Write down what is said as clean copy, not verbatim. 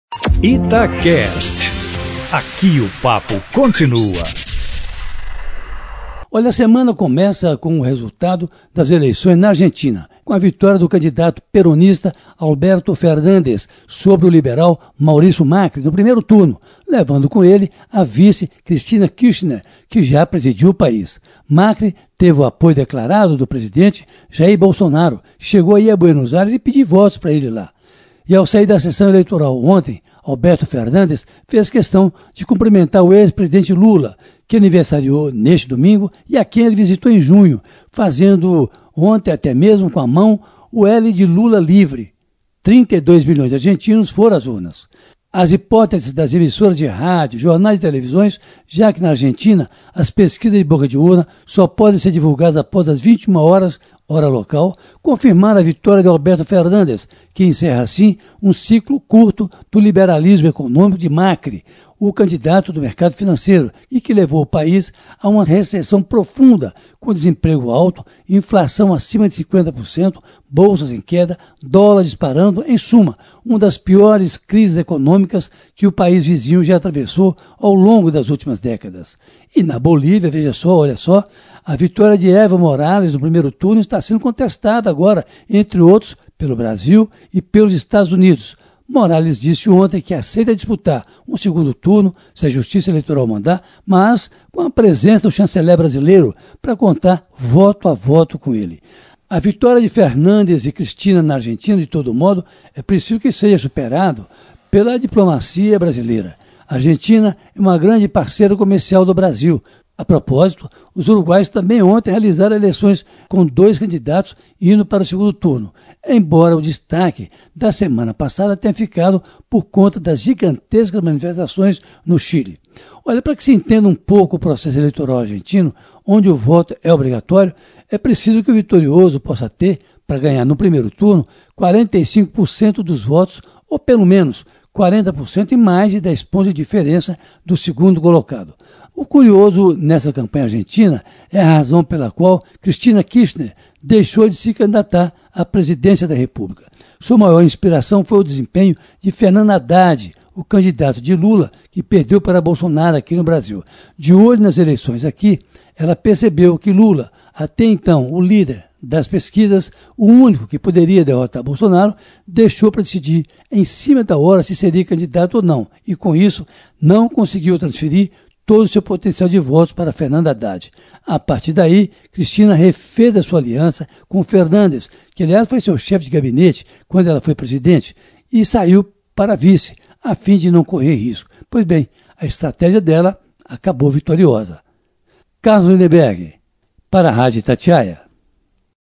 Itacast. Aqui o papo continua. Olha, a semana começa com o resultado das eleições na Argentina, com a vitória do candidato peronista Alberto Fernández sobre o liberal Maurício Macri no primeiro turno, levando com ele a vice Cristina Kirchner, que já presidiu o país. Macri teve o apoio declarado do presidente Jair Bolsonaro, chegou aí a Buenos Aires e pediu votos para ele lá. E ao sair da sessão eleitoral ontem, Alberto Fernández fez questão de cumprimentar o ex-presidente Lula, que aniversariou neste domingo e a quem ele visitou em junho, fazendo ontem até mesmo com a mão o L de Lula livre. 32 milhões de argentinos foram às urnas. As hipóteses das emissoras de rádio, jornais e televisões, já que na Argentina as pesquisas de boca de urna só podem ser divulgadas após as 21 horas, hora local, confirmaram a vitória de Alberto Fernández, que encerra assim um ciclo curto do liberalismo econômico de Macri, o candidato do mercado financeiro, e que levou o país a uma recessão profunda, com desemprego alto, inflação acima de 50%, bolsas em queda, dólar disparando, em suma, uma das piores crises econômicas que o país vizinho já atravessou ao longo das últimas décadas. E na Bolívia, veja só, olha só, a vitória de Evo Morales no primeiro turno está sendo contestada agora, entre outros, pelo Brasil e pelos Estados Unidos. Morales disse ontem que aceita disputar um segundo turno, se a Justiça Eleitoral mandar, mas com a presença do chanceler brasileiro para contar voto a voto com ele. A vitória de Fernández e Cristina na Argentina, de todo modo, é preciso que seja superado pela diplomacia brasileira. A Argentina é uma grande parceira comercial do Brasil. A propósito, os uruguaios também ontem realizaram eleições com 2 candidatos indo para o segundo turno, embora o destaque da semana passada tenha ficado por conta das gigantescas manifestações no Chile. Olha, para que se entenda um pouco o processo eleitoral argentino, onde o voto é obrigatório, é preciso que o vitorioso possa ter, para ganhar no primeiro turno, 45% dos votos, ou pelo menos 40% e mais de 10 pontos de diferença do segundo colocado. O curioso nessa campanha argentina é a razão pela qual Cristina Kirchner deixou de se candidatar à presidência da República. Sua maior inspiração foi o desempenho de Fernando Haddad, o candidato de Lula, que perdeu para Bolsonaro aqui no Brasil. De olho nas eleições aqui, ela percebeu que Lula, até então o líder das pesquisas, o único que poderia derrotar Bolsonaro, deixou para decidir em cima da hora se seria candidato ou não, e com isso não conseguiu transferir todo o seu potencial de votos para Fernando Haddad. A partir daí, Cristina refez a sua aliança com Fernández, que aliás foi seu chefe de gabinete quando ela foi presidente, e saiu para vice, a fim de não correr risco. Pois bem, a estratégia dela acabou vitoriosa. Carlos Lindeberg, para a Rádio Itatiaia.